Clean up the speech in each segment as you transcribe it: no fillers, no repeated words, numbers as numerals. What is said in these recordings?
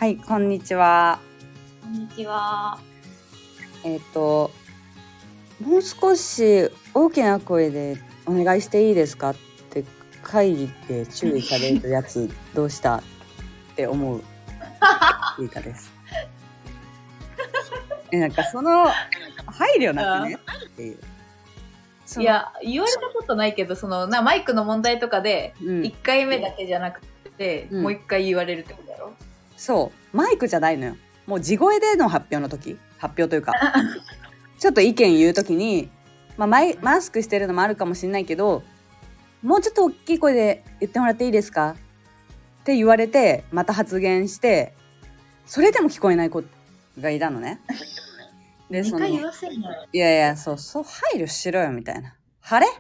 はい、こんにちは。 こんにちは。 もう少し大きな声でお願いしていいですかって会議で注意されるやつどうしたって思ういいかです。なんかその配慮なくねっていう。 いや、言われたことないけど、マイクの問題とかで、1回目だけじゃなくて、もう1回言われるってことだろ？ そう、マイクじゃないのよ。もう地声での発表というか、ちょっと意見言うときに、マスクしてるのもあるかもしれないけど、もうちょっと大きい声で言ってもらっていいですかって言われて、また発言して、それでも聞こえない子がいたのね。 で、2回言わせんのよ。 いやそう配慮しろよみたいな。晴れ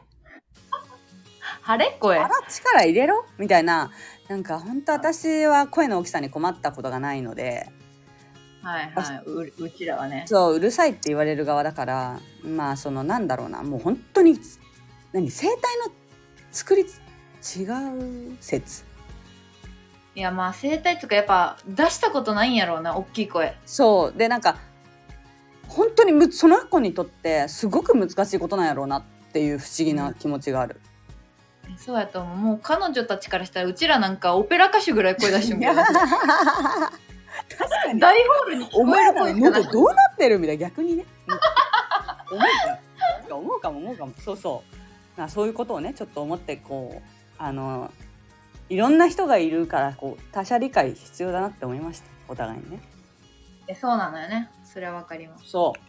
声力入れろみたいな。なんか本当私は声の大きさに困ったことがないので、 はいはい、うちらはね、 そううるさいって言われる側だから、なんだろうな、もう本当に声帯の作り違う説。 いや声帯とかやっぱ出したことないんやろうな、大きい声。 そうで、なんか本当にその子にとってすごく難しいことなんやろうなっていう不思議な気持ちがある。 そうやと思う。もう彼女たちからしたらうちらなんかオペラ歌手ぐらい声出してるけど確かに大ホールに聞こえる声しかない。 喉どうなってるみたいな、逆にね思うかもそういうことをねちょっと思って、こういろんな人がいるからこう他者理解必要だなって思いました、お互いにね。 そうなのよね、それはわかります。 そう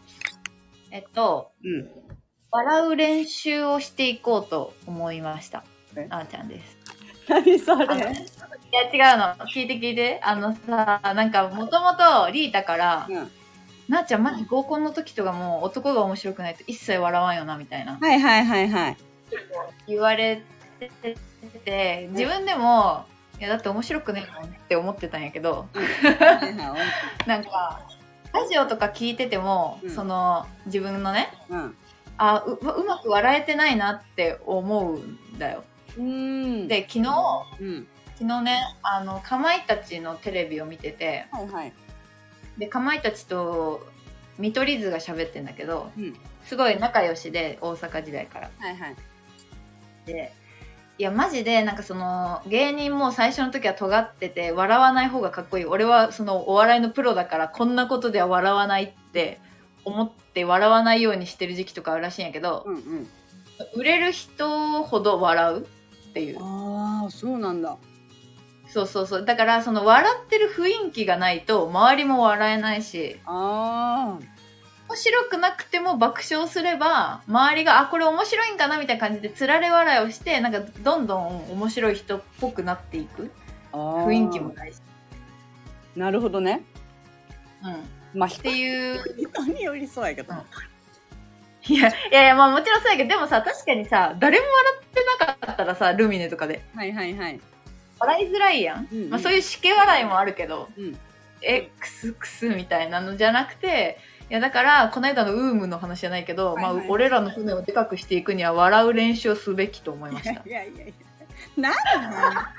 笑う練習をしていこうと思いました。あーちゃんです。 何それ？いや違うの、聞いてなんかもともとリータから、なーちゃんマジ合コンの時とかも男が面白くないと一切笑わんよなみたいな言われてて、自分でもいやだって面白くねえもんって思ってたんやけどなんかラジオとか聞いてても、自分のね、うまく笑えてないなって思うんだよ。で昨日ね、かまいたちのテレビを見てて、でかまいたちと見取り図が喋ってんだけど、すごい仲良しで、大阪時代から。でいやマジでなんか芸人も最初の時は尖ってて笑わない方がかっこいい、俺はお笑いのプロだからこんなことでは笑わないって思って笑わないようにしてる時期とかあるらしいんやけど、売れる人ほど笑うっていう。 そうなんだ。 そうだから笑ってる雰囲気がないと周りも笑えないし、面白くなくても爆笑すれば周りがこれ面白いんかなみたいな感じでつられ笑いをして、なんかどんどん面白い人っぽくなっていく雰囲気も大事。 なるほどね。 っていう人によりそうやけど、 いやもちろんそうやけど、でもさ確かにさ誰も笑ってなかったらさ、ルミネとかで笑いづらいやん。そういうしけ笑いもあるけど、クスクスみたいなのじゃなくて、いやだからこの間のウームの話じゃないけど、俺らの船をでかくしていくには笑う練習をすべきと思いました。 いやなんだ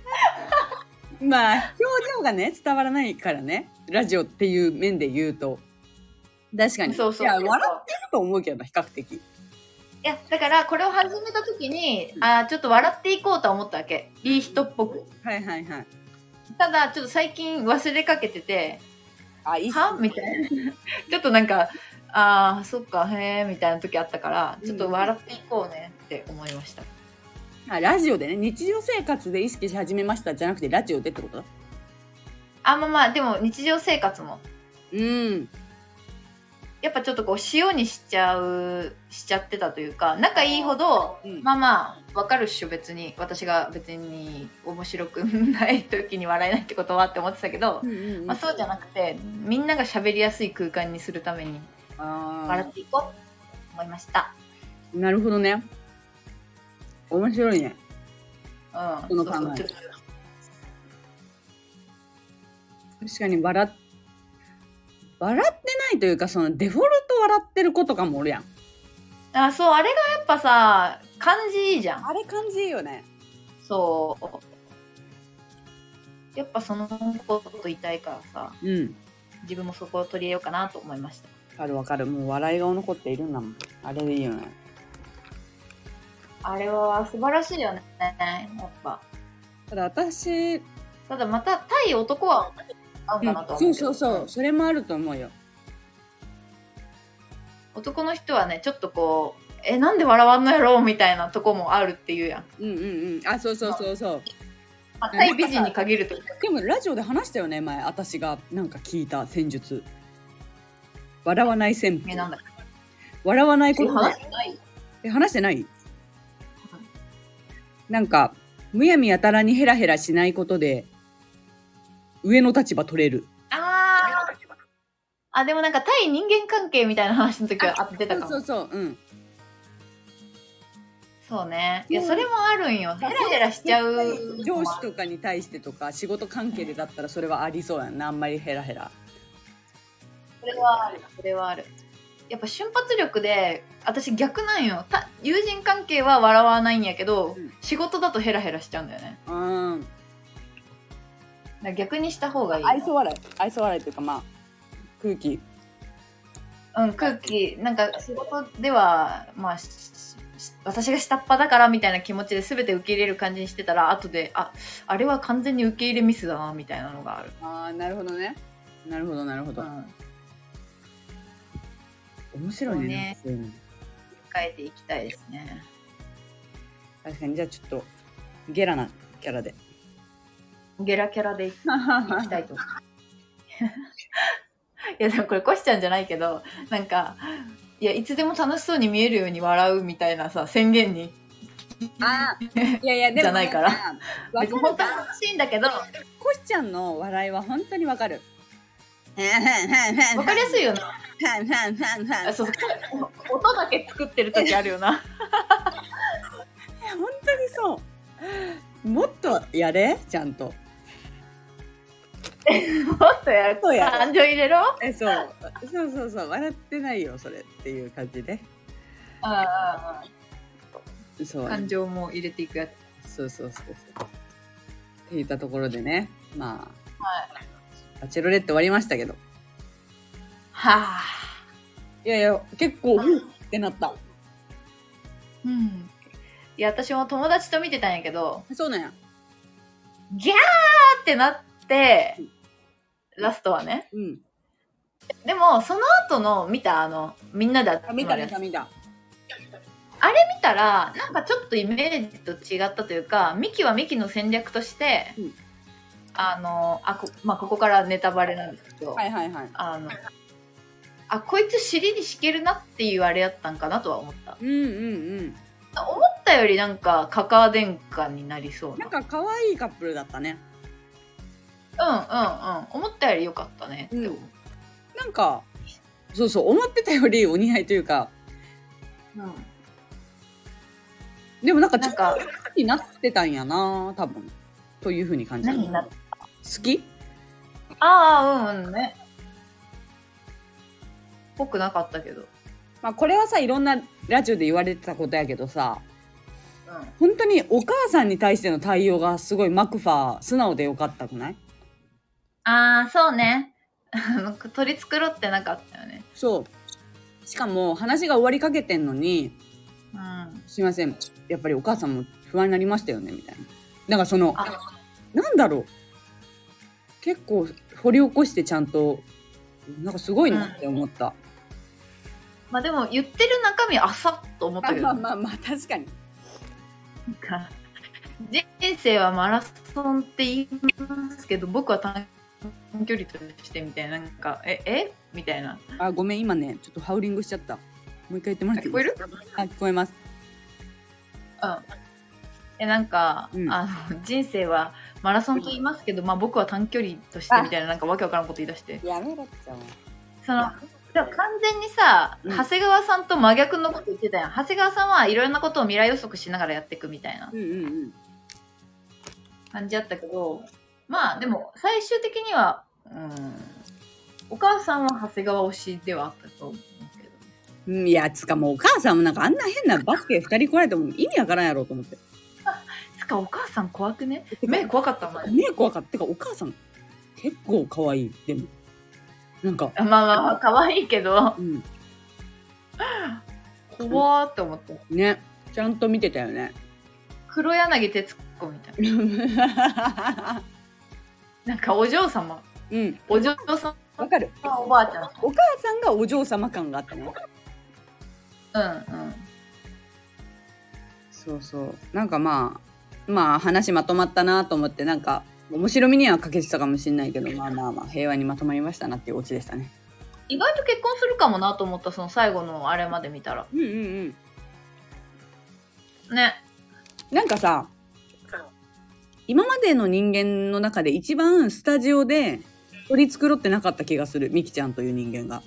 表情がね伝わらないからね、ラジオっていう面で言うと。確かに。いや笑ってると思うけどな、比較的。いやだからこれを始めた時にちょっと笑っていこうと思ったわけ、いい人っぽく。ただちょっと最近忘れかけてて、みたいなちょっとなんかそっかへーみたいな時あったから、ちょっと笑っていこうねって思いました。 ラジオでね、日常生活で意識し始めましたじゃなくてラジオでってこと？ でも日常生活もやっぱちょっとこう塩にしちゃってたというか、仲いいほどわかるっしょ、別に私が別に面白くない時に笑えないってことはって思ってたけど、そうじゃなくてみんなが喋りやすい空間にするために笑っていこうと思いました。 なるほどね、面白いね。この考え。確かに笑ってないというか、デフォルト笑ってる子とかもおるやん。 そう、あれがやっぱさ感じいいじゃん。 あれ感じいいよね。 そうやっぱそのこと言いたいからさ、 うん。 自分もそこを取り入れようかなと思いました。 わかる。もう笑い顔残っているんだもん。あれでいいよね。 あれは素晴らしいよね、やっぱ。 ただまた対男は合うかなと思う、 そう。それもあると思うよ。 男の人はね、ちょっとこう、なんで笑わんのやろうみたいなとこもあるっていうやん。あ、そう。対美人に限ると。 でもラジオで話したよね、前。私がなんか聞いた戦術。笑わない戦法。 なんだ笑わないこと話してない？ 話してない？なんか、むやみやたらにヘラヘラしないことで、上の立場取れる。 でもなんか対人間関係みたいな話の時は出たかも。 そう。そうね。いや、それもあるんよ。ヘラヘラしちゃう。 上司とかに対してとか、仕事関係でだったらそれはありそうやんな。あんまりヘラヘラ。 それはある。やっぱ瞬発力で、私逆なんよ。友人関係は笑わないんやけど、仕事だとヘラヘラしちゃうんだよね。逆にした方がいい。 愛想笑いというか、まあ空気。 空気。なんか仕事では、まあ、私が下っ端だからみたいな気持ちで全て受け入れる感じにしてたら、後で、あれは完全に受け入れミスだな、みたいなのがある。 なるほどね。なるほど。面白いね。 そういうの。変えていきたいですね。 確かに、じゃあちょっと、ゲラなキャラで。 ゲラキャラでいきたいと思う。いやでもこれコシちゃんじゃないけど、なんかいつでも楽しそうに見えるように笑うみたいなさ宣言にいやでもじゃないから別に本当に楽しいんだけど、 コシちゃんの笑いは本当にわかる。 わかりやすいよな。そう音だけ作ってる時あるよな。 本当にそう。もっとやれちゃんと。 もっとやる。感情入れろ。 そう笑ってないよそれっていう感じで。 そう感情も入れていくやつ。 そうっていったところでね、まあ、バチェロレッテ終わりましたけど。いや結構ってなった。 いや私も友達と見てたんやけど。 そうなんや。 ギャーってなって。ラストはね。でもその後の見たみんなで見た。あれ見たらなんかちょっとイメージと違ったというか、ミキはミキの戦略として、ここからネタバレなんですけど、こいつ尻に敷けるなっていうあれやったんかなとは思った。思ったよりなんかカカア殿下になりそうな。 なんか可愛いカップルだったね。 思ったより良かったねって思う。 なんかそう思ってたよりお似合いというか、でもなんかちょっとになってたんやな多分という風に感じる。 何になった？ 好き？ ね。ぽくなかったけど。 まあこれはさいろんなラジオで言われてたことやけどさ、本当にお母さんに対しての対応がすごいマクファー素直でよかったくない？ そうね。取り繕ってなかったよね。 そう。しかも話が終わりかけてんのに、すいません、やっぱりお母さんも不安になりましたよねみたいな。なんかなんだろう。結構掘り起こしてちゃんとなんかすごいなって思った。 まあでも言ってる中身あさっと思ったけど。 まあ確かに。 人生はマラソンって言いますけど、僕は短距離としてみたいな、なんかみたいな。 ごめん今ねちょっとハウリングしちゃった。もう一回言ってもらっていいですか？聞こえる？聞こえます。 なんか、人生はマラソンと言いますけど、僕は短距離としてみたいな、なんかわけわからんこと言い出して。 やめろっちゃう。 でも完全にさ、長谷川さんと真逆のこと言ってたやん。長谷川さんはいろんなことを未来予測しながらやっていくみたいな感じだったけど、まあでも最終的には、お母さんは長谷川推しではあったと思うけど。 いやつかもうお母さんもなんかあんな変なバスケ2人来られても意味わからんやろうと思って。 つかお母さん怖くね？目怖かったもん。 目怖かった。てかお母さん結構可愛い。でもなんかまあまあ可愛いけど、うん、怖ーって思ったね。ちゃんと見てたよね。 黒柳徹子みたいな。なんかお嬢様、うん、お嬢様、 わかる。 おばあちゃん、 お母さんがお嬢様感があったね。 うんうん。 そうそう。なんかまあ話まとまったなと思って、なんか面白みには欠けてたかもしれないけど、まあ平和にまとまりましたなっていうオチでしたね。 意外と結婚するかもなと思った、その最後のあれまで見たら。 うんうんうんね。 なんかさ、今までの人間の中で一番スタジオで取り繕ってなかった気がする、みきちゃんという人間が。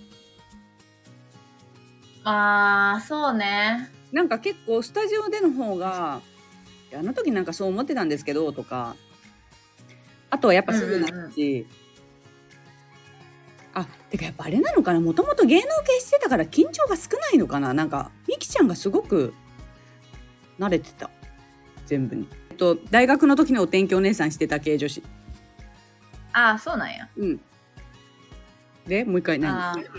あー、そうね。 なんか結構スタジオでの方が、あの時なんかそう思ってたんですけどとか、あとはやっぱすぐなるし、てかやっぱあれなのかな、もともと芸能系してたから緊張が少ないのかな。なんかみきちゃんがすごく慣れてた、全部に。大学の時のお天気お姉さんしてた系女子。 ああ、そうなんや。 うん。でもう一回何？ い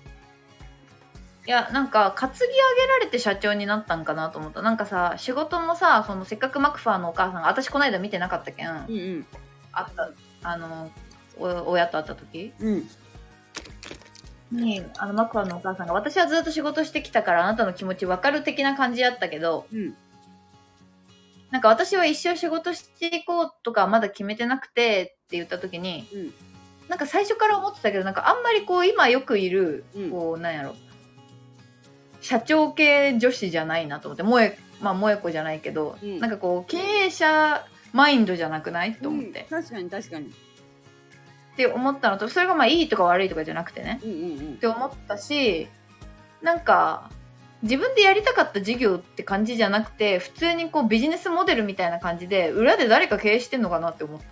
や、なんか担ぎ上げられて社長になったんかなと思った。なんかさ、仕事もさ、そのせっかくマクファーのお母さんが、私この間見てなかったけん、うんうん、あった、親と会った時、うん、にマクファーのお母さんが、私はずっと仕事してきたからあなたの気持ち分かる的な感じやったけど、うん、なんか私は一生仕事していこうとかまだ決めてなくてって言った時に、うん、なんか最初から思ってたけど、なんかあんまりこう今よくいる、こうなんやろ、社長系女子じゃないなと思って、萌え子じゃないけど、うん、なんかこう経営者マインドじゃなくないと思って、 確かにって思ったのと、それがまあいいとか悪いとかじゃなくてね、って思ったし、なんか自分でやりたかった事業って感じじゃなくて、普通にこうビジネスモデルみたいな感じで裏で誰か経営してんのかなって思った。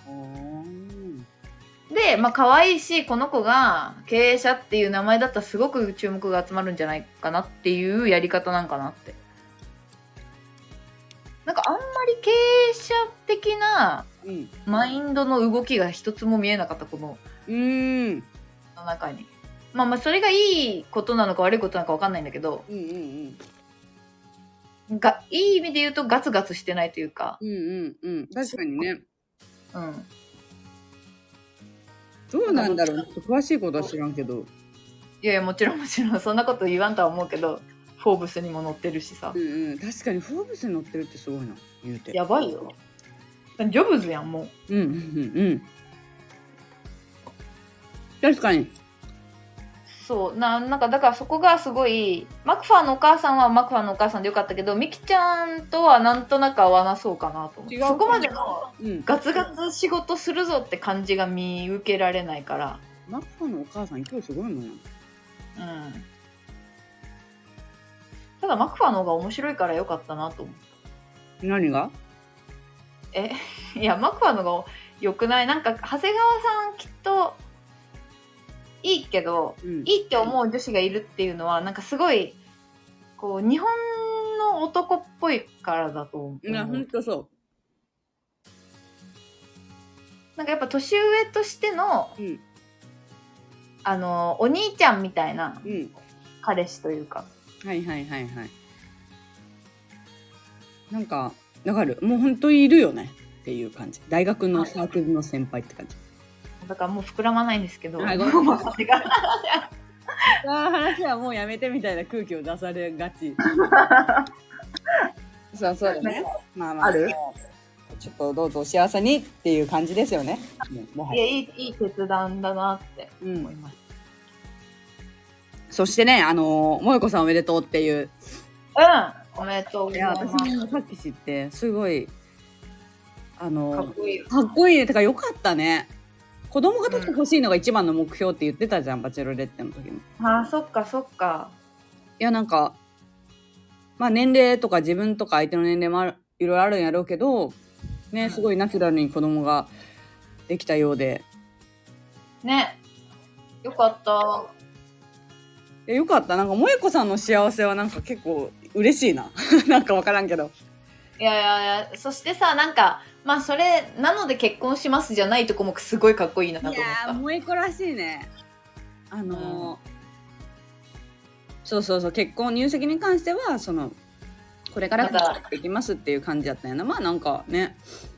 で、まあ可愛いし、この子が経営者っていう名前だったらすごく注目が集まるんじゃないかなっていうやり方なんかなって。なんかあんまり経営者的なマインドの動きが一つも見えなかった、このの中に。まあそれがいいことなのか悪いことなのか分かんないんだけど、いい意味で言うとガツガツしてないというか。 確かにね。うん。どうなんだろう、詳しいことは知らんけど。 いやもちろんそんなこと言わんとは思うけど、フォーブスにも載ってるしさ。 確かにフォーブスに載ってるってすごいな、言うて。 やばいよ。ジョブズやん、もう。 確かに。 そうなんかだからそこがすごい、マクファーのお母さんはマクファーのお母さんでよかったけど、ミキちゃんとはなんとなく合わなそうかなと思って、そこまでのガツガツ仕事するぞって感じが見受けられないから。 マクファーのお母さん勢いすごいもんや。 ただマクファーの方が面白いからよかったなと思った。 何が？ いやマクファーの方がよくない？なんか長谷川さんきっといいけど、いいって思う女子がいるっていうのはなんかすごいこう日本の男っぽいからだと思う。 いや本当そう。 なんかやっぱ年上としての、お兄ちゃんみたいな彼氏というか。 はい。なんかわかる。もう本当にいるよねっていう感じ。大学のサークルの先輩って感じ。 だからもう膨らまないんですけど。 話はもうやめてみたいな空気を出されがち。そうだね。まあある？ ちょっとどうぞお幸せにっていう感じですよね。 いやいい決断だなって思います。 そしてね、萌子さんおめでとうっていう。 おめでとうございます。 私もさっき知ってすごいかっこいい。 かっこいいね。てかよかったね。子供が取ってほしいのが一番の目標って言ってたじゃん、バチェロレッテの時も。 そっか。 いやなんかまあ年齢とか自分とか相手の年齢もいろいろあるんやろうけどね、すごいナチュラルに子供ができたようでね、よかった。 よかった。なんか萌子さんの幸せはなんか結構嬉しいな。なんか分からんけど。 いやいやいや、そしてさ、なんかまあそれなので結婚しますじゃないとこもすごいかっこいいなと思った。いや萌子らしいね。そうそうそう、結婚入籍に関してはそのこれからできますっていう感じだったよな。まあなんかね、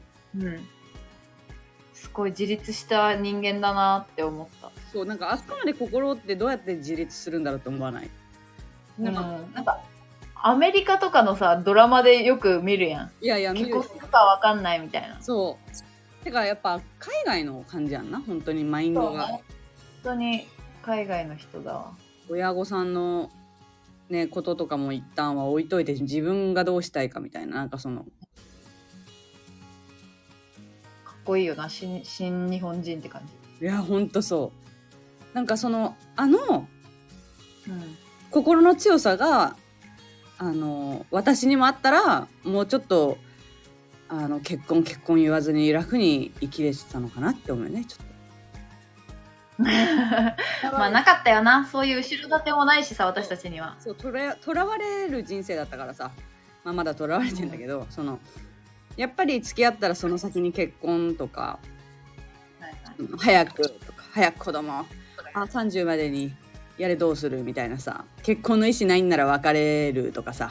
すごい自立した人間だなって思った。 そう、なんかあそこまで心ってどうやって自立するんだろうと思わない？ なんかアメリカとかのさドラマでよく見るやん。 いやいや、 結婚するかわかんないみたいな。 そうてかやっぱ海外の感じやんな、本当にマインドが。 本当に海外の人だわ。 親御さんのねこととかも一旦は置いといて、自分がどうしたいかみたいな、なんかそのかっこいいよな、新日本人って感じ。いやほんとそう、なんかその心の強さが私にもあったらもうちょっと結婚言わずに楽に生きれてたのかなって思うね、ちょっと。 まあなかったよな、そういう後ろ盾もないしさ、私たちには。 そう、とらわれる人生だったからさ、まあ、まだとらわれてんだけど、そのやっぱり付き合ったらその先に結婚とか、早く子供30までにやれどうするみたいなさ、結婚の意思ないんなら別れるとかさ、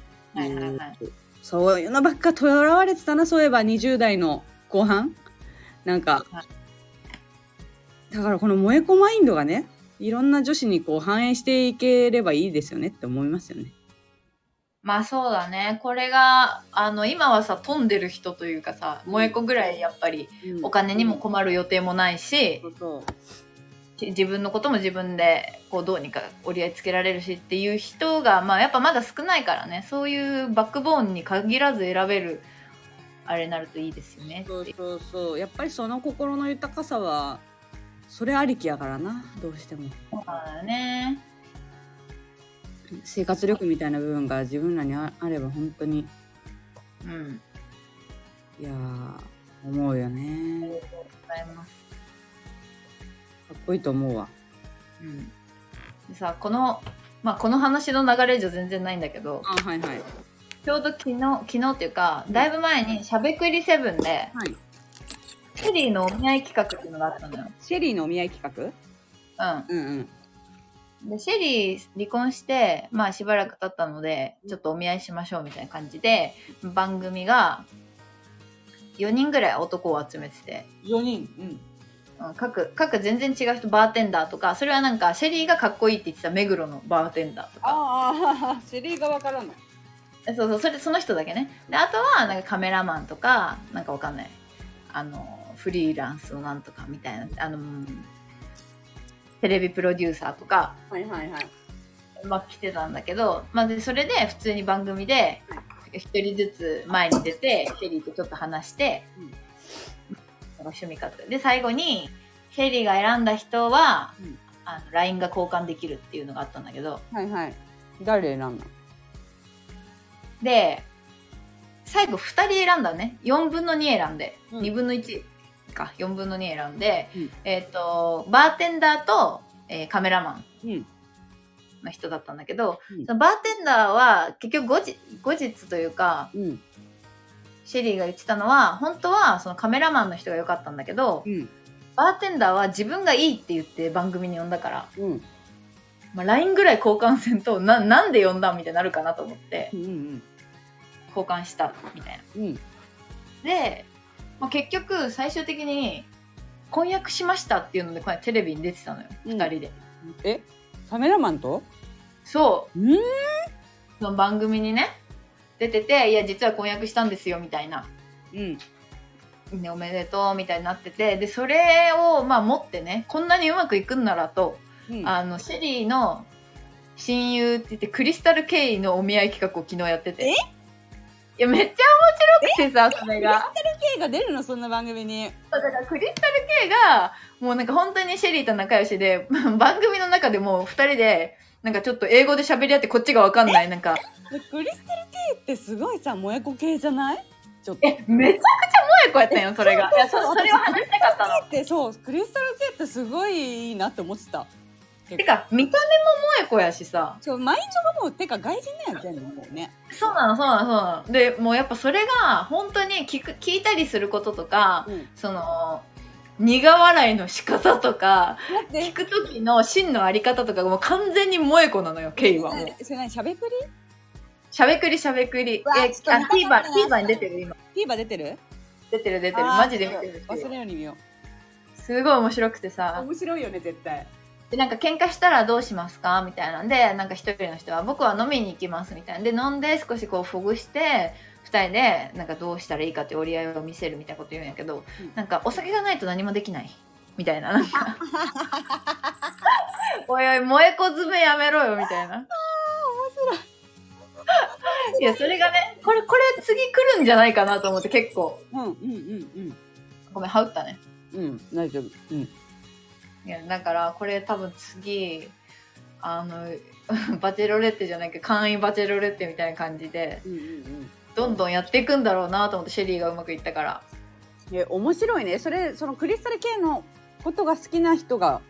そういうのばっかとらわれてたな。そういえば20代の後半なんか、だからこの萌子マインドがね、いろんな女子にこう反映していければいいですよねって思いますよね。 まあそうだね。これが今はさ飛んでる人というかさ、萌子ぐらいやっぱりお金にも困る予定もないし、自分のことも自分でこうどうにか折り合いつけられるしっていう人が、まあやっぱまだ少ないからね、そういうバックボーンに限らず選べるあれになるといいですよね。 そうやっぱりその心の豊かさはそれありきやからな、どうしても。 そうだね。 生活力みたいな部分が自分らに あれば本当に、いや思うよね。 ありがとうございます。 かっこいいと思うわ。 でさ、この話の流れじゃ全然ないんだけど、ちょうど昨日っていうかだいぶ前にしゃべくり7で、シェリーのお見合い企画っていうのがあったのよ。 シェリーのお見合い企画？ でシェリー離婚してまあしばらく経ったのでちょっとお見合いしましょうみたいな感じで番組が4人ぐらい男を集めてて、 4人、 各全然違う人、バーテンダーとか、それはなんかシェリーがかっこいいって言ってた目黒のバーテンダーとか、 シェリーがわからんの。 その人だけね。であとはなんかカメラマンとかなんかわかんないフリーランスのなんとかみたいなテレビプロデューサーとか、まあ来てたんだけど、まあ、でそれで普通に番組で一人ずつ前に出てシェリーとちょっと話して、趣味活動で最後にシェリーが選んだ人は、LINE が交換できるっていうのがあったんだけど、 誰選んだ？ で最後2人選んだね。4分の2選んで、2分の1か4分の2選んで、バーテンダーと、カメラマンの人だったんだけど、そのバーテンダーは結局後日というか、シェリーが言ってたのは本当はそのカメラマンの人が良かったんだけど、バーテンダーは自分がいいって言って番組に呼んだから、まあ、LINE ぐらい交換せんとなんで呼んだみたいになるかなと思って、交換したみたいな。で、まあ、結局最終的に婚約しましたっていうのでこれテレビに出てたのよ、2人で。 カメラマンと？ そうその番組にね出てて、いや実は婚約したんですよみたいな、ね、おめでとうみたいになってて、でそれをまあ持ってね、こんなにうまくいくんならと、シェリーの親友って言ってクリスタル・ケイのお見合い企画を昨日やってて、いやめっちゃ面白くてさ、それがクリスタル・ケイが出るの、そんな番組に。 だからクリスタル・ケイがもうなんか本当にシェリーと仲良しで、番組の中でもう2人でなんかちょっと英語で喋り合ってこっちが分かんない、なんかクリスタル・ケイってすごいさ萌子系じゃない？ちょっとめちゃくちゃ萌子やったんよ、それが。いやそれを話したかったの。 そう、クリスタル・ケイってすごいいいなって思ってた。 てか見た目も萌子やしさ。 そう、マインドがもうてか外人だよ全部もうね。 そうなの。でもうやっぱそれが本当に聞いたりすることとか、その苦笑いの仕方とか聞く時の芯のあり方とかもう完全に萌子なのよ。ケイはもう。 それ何しゃべくり？ しゃべくり。TVer に出てる今。 TVer 出てる？出てるマジで見てる。 忘れるように見よう。すごい面白くてさ。 面白いよね絶対。 でなんか喧嘩したらどうしますかみたいなんで、なんか一人の人は僕は飲みに行きますみたいなんで、飲んで少しこうほぐして二人でなんかどうしたらいいかって折り合いを見せるみたいなこと言うんやけど、なんかお酒がないと何もできないみたいな、なんかおいおい萌子詰めやめろよみたいな。面白い。いやそれがね、これ次来るんじゃないかなと思って結構。ごめん羽打ったね。 大丈夫。 いやだからこれ多分次バチェロレッテじゃないけど簡易バチェロレッテみたいな感じで、どんどんやっていくんだろうなと思って、シェリーがうまくいったから。 面白いね。そのクリスタル系のことが好きな人が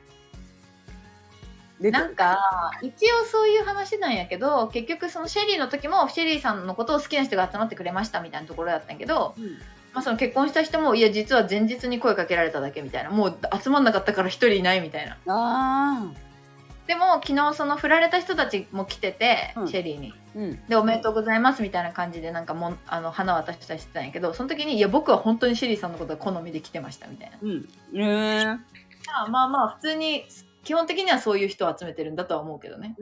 なんか一応そういう話なんやけど、結局そのシェリーの時もシェリーさんのことを好きな人が集まってくれましたみたいなところだったんやけど、その結婚した人もいや実は前日に声かけられただけみたいな、もう集まんなかったから一人いないみたいな。でも昨日その振られた人たちも来てて、シェリーに、でおめでとうございますみたいな感じでなんかも花渡したりしてたんやけど、その時にいや僕は本当にシェリーさんのことが好みで来てましたみたいな。まあ普通に基本的にはそういう人を集めてるんだとは思うけどね。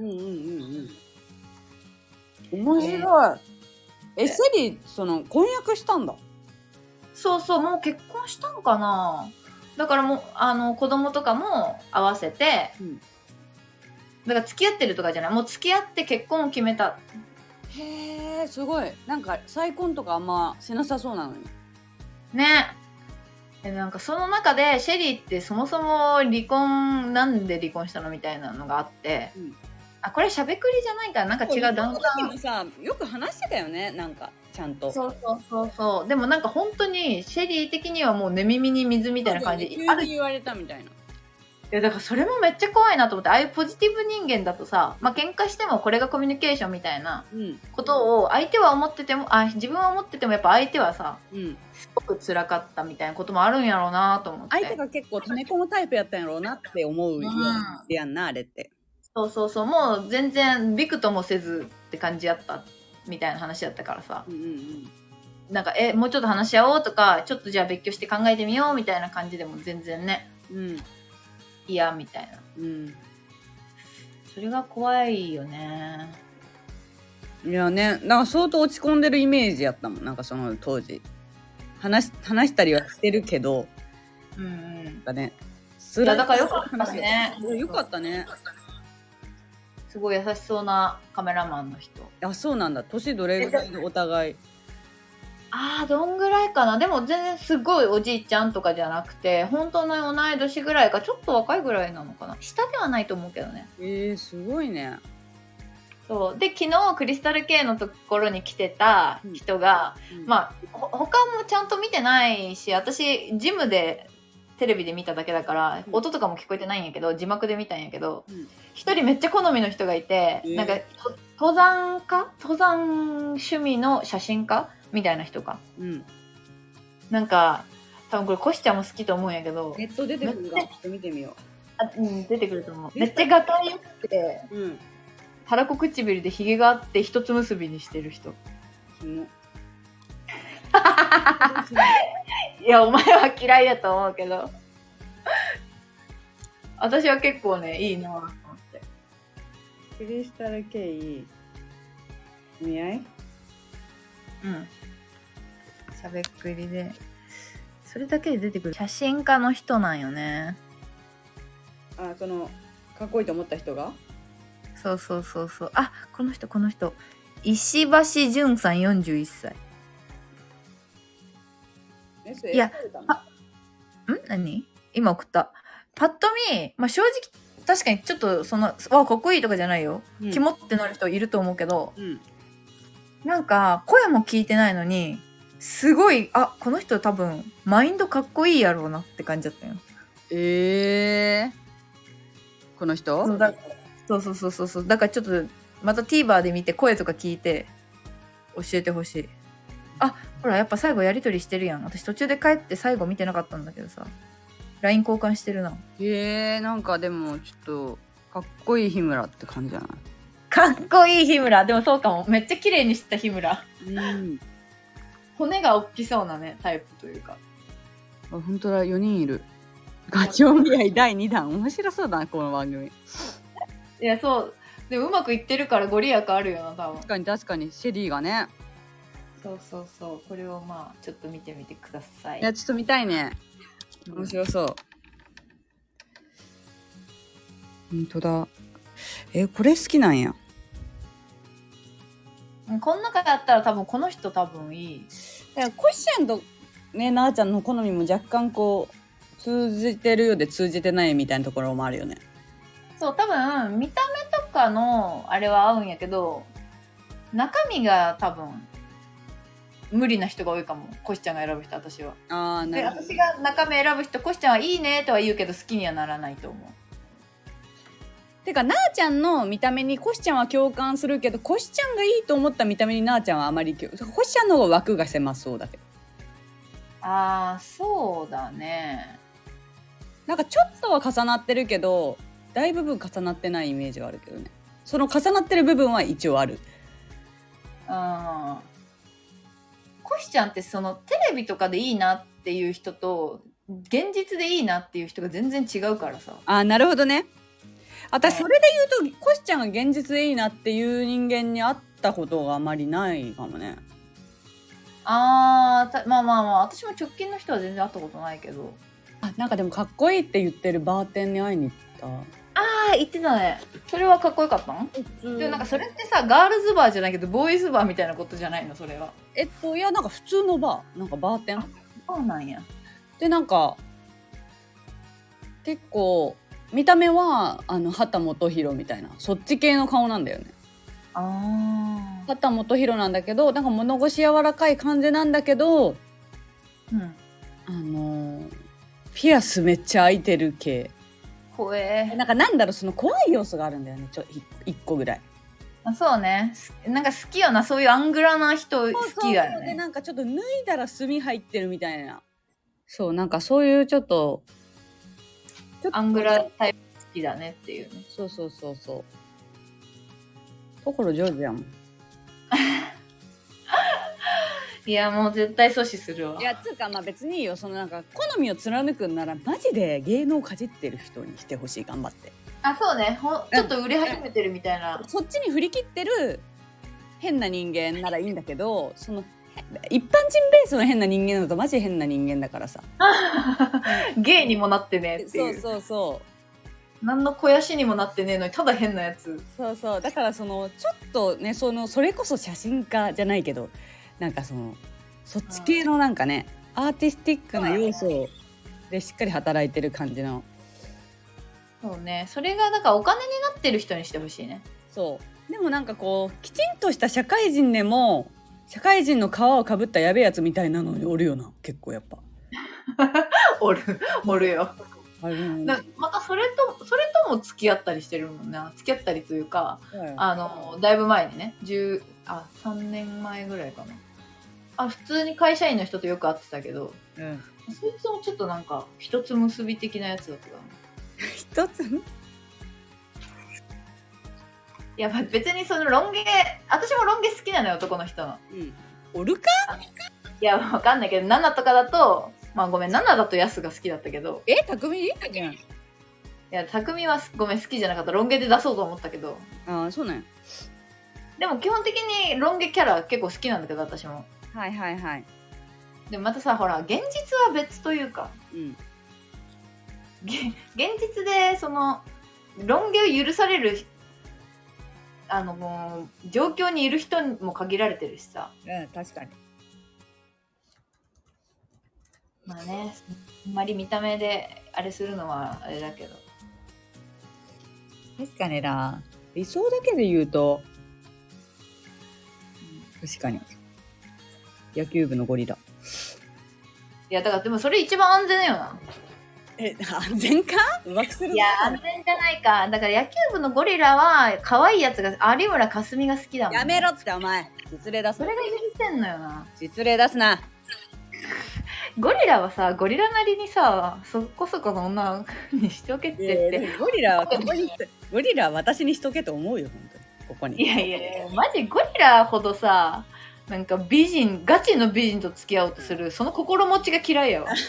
面白い。シェリー婚約したんだ。 そうもう結婚したんかな。だからもう子供とかも合わせて、だから付き合ってるとかじゃない、もう付き合って結婚を決めた。 へえ、すごい。なんか再婚とかあんましなさそうなのにね。なんかその中でシェリーってそもそもなんで離婚したのみたいなのがあって、これしゃべくりじゃないから、なんか違うダンサーよく話してたよね、なんかちゃんと。 そうでもなんか本当にシェリー的にはもう寝耳に水みたいな感じで急に言われたみたいな。 いやだからそれもめっちゃ怖いなと思って、ああいうポジティブ人間だとさ、喧嘩してもこれがコミュニケーションみたいなことを相手は思ってても、自分は思っててもやっぱ相手はさ、すごく辛かったみたいなこともあるんやろうなと思って。 相手が結構溜め込むタイプやったんやろうなって思うやんな、あれって。 そうもう全然びくともせずって感じやったみたいな話だったからさ、なんかもうちょっと話し合おうとか、ちょっとじゃあ別居して考えてみようみたいな感じでも全然ね、嫌みたいな、それが怖いよね。 いやね、なんか相当落ち込んでるイメージやったもん、なんかその当時話したりはしてるけど、なんかね、 いやだからよかったね。 よかったね。 すごい優しそうなカメラマンの人。 そうなんだ。年どれぐらいお互い？ どんぐらいかな。でも全然すごいおじいちゃんとかじゃなくて、本当の同い年ぐらいか、ちょっと若いぐらいなのかな。下ではないと思うけどね。 すごいね。 そうで昨日クリスタル系のところに来てた人が、他もちゃんと見てないし、私ジムでテレビで見ただけだから、音とかも聞こえてないんやけど、字幕で見たんやけど、一人めっちゃ好みの人がいて、なんか登山趣味の写真家みたいな人か、なんか多分これコシちゃんも好きと思うんやけど、 ネット出てくるから見てみよう。出てくると思う。めっちゃがたいよくて、腹こ唇でひげがあって一つ結びにしてる人。いやお前は嫌いやと思うけど私は結構ねいいなと思って。 クリスタル系いい。見合い？ しゃべっくりでそれだけで出てくる写真家の人なんよね。 そのかっこいいと思った人が？ そうこの人石橋淳さん41歳。いや何今送った。パッと見、正直確かにちょっとかっこいいとかじゃないよ、キモってなる人いると思うけど、なんか声も聞いてないのにすごいこの人多分マインドかっこいいやろうなって感じだったよ。 この人？ そうそう。だからちょっとまた TVer で見て声とか聞いて教えてほしい。あ、ほらやっぱ最後やり取りしてるやん。私途中で帰って最後見てなかったんだけどさ。LINE 交換してるな。 なんかでもちょっとかっこいい日村って感じじゃない？ かっこいい日村。でもそうかも。めっちゃ綺麗にした日村。骨が大きそうなねタイプというか。 あ、本当だ、4人いる。ガチお見合い第2弾。面白そうだなこの番組。 いやそう。でもうまくいってるからご利益あるよな多分。 確かにシェリーがね。 そうこれをまあちょっと見てみてください。 いやちょっと見たいね。面白そう。本当だ。これ好きなんや。 この中だったら多分いい。 コシちゃんとねなあちゃんの好みも若干こう通じてるようで通じてないみたいなところもあるよね。 そう多分見た目とかのあれは合うんやけど中身が多分無理な人が多いかも。コシちゃんが選ぶ人。私はで私が中身選ぶ人コシちゃんはいいねとは言うけど好きにはならないと思う。 てかなあちゃんの見た目にコシちゃんは共感するけどコシちゃんがいいと思った見た目になあちゃんはあまりコシちゃんの方が枠が狭そうだけど。 そうだね。 なんかちょっとは重なってるけど大部分重なってないイメージはあるけどね。その重なってる部分は一応ある。 コシちゃんってそのテレビとかでいいなっていう人と現実でいいなっていう人が全然違うからさ。 なるほどね。私それで言うとコシちゃんが現実でいいなっていう人間に会ったことがあまりないかもね。 まあ私も直近の人は全然会ったことないけど。 なんかでもかっこいいって言ってるバーテンに会いに行った。 言ってたね。それはかっこよかったの？でもなんかそれってさガールズバーじゃないけどボーイズバーみたいなことじゃないのそれは。 いやなんか普通のバー、なんかバーテン。 そうなんや。 でなんか結構見た目は畑基博みたいなそっち系の顔なんだよね。畑基博なんだけどなんか物腰柔らかい感じなんだけど、ピアスめっちゃ開いてる系。なんだろうその怖い要素があるんだよね。1個ぐらい。 そうね。なんか好きよなそういうアングラな人好きだよね。 でなんかちょっと脱いだら墨入ってるみたいな。そうなんかそういうちょっとアングラタイプ好きだねっていうね。 そう所ジョージやもん。 いやもう絶対阻止するわ。 いやつうか別にいいよ。そのなんか好みを貫くんならマジで芸能かじってる人にしてほしい。頑張って。 そうね。ちょっと売れ始めてるみたいな。 そっちに振り切ってる変な人間ならいいんだけど、その一般人ベースの変な人間だとマジ変な人間だからさ。 芸にもなってねっていう。 そう何の肥やしにもなってねえのにただ変なやつ。 そうだからそのちょっとねそれこそ写真家じゃないけどなんかそっち系のなんかねアーティスティックな要素でしっかり働いてる感じの。 そうね。それがなんかお金になってる人にしてほしいね。 そうでもなんかこうきちんとした社会人でも社会人の皮をかぶったやべえやつみたいなのにおるよな結構やっぱ。 おるよ。またそれとも付き合ったりしてるもんな。付き合ったりというか、だいぶ前にね3年前ぐらいかな。普通に会社員の人とよく会ってたけど、そいつもちょっとなんか一つ結び的なやつだったかな。 一ついや別にそのロン毛私もロン毛好きなのよ男の人の。 おるか？ いやわかんないけど7とかだとごめん7だとヤスが好きだったけど。 匠？いや匠はごめん好きじゃなかった。ロン毛で出そうと思ったけど。 そうなんや。 でも基本的にロン毛キャラ結構好きなんだけど私も。でもまたさほら現実は別というか、現実でそのロン毛を許されるもう状況にいる人も限られてるしさ。 確かに。 あんまり見た目であれするのはあれだけど。 確かにな。理想だけで言うと、確かに野球部のゴリラ。 いやだからでもそれ一番安全よな。 安全か？浮気する？ いや、安全じゃないか。だから野球部のゴリラは可愛いやつが有村架純が好きだもん。 やめろってお前。実例出す。 それが許せんのよな。 実例出すな。 ゴリラはさ、ゴリラなりにさ、そこそこの女にしとけってって。 ゴリラはここにゴリラは私にしとけと思うよ、本当に。ここに。 いやいや、マジゴリラほどさ、なんか美人、ガチの美人と付き合おうとする、その心持ちが嫌いやわ。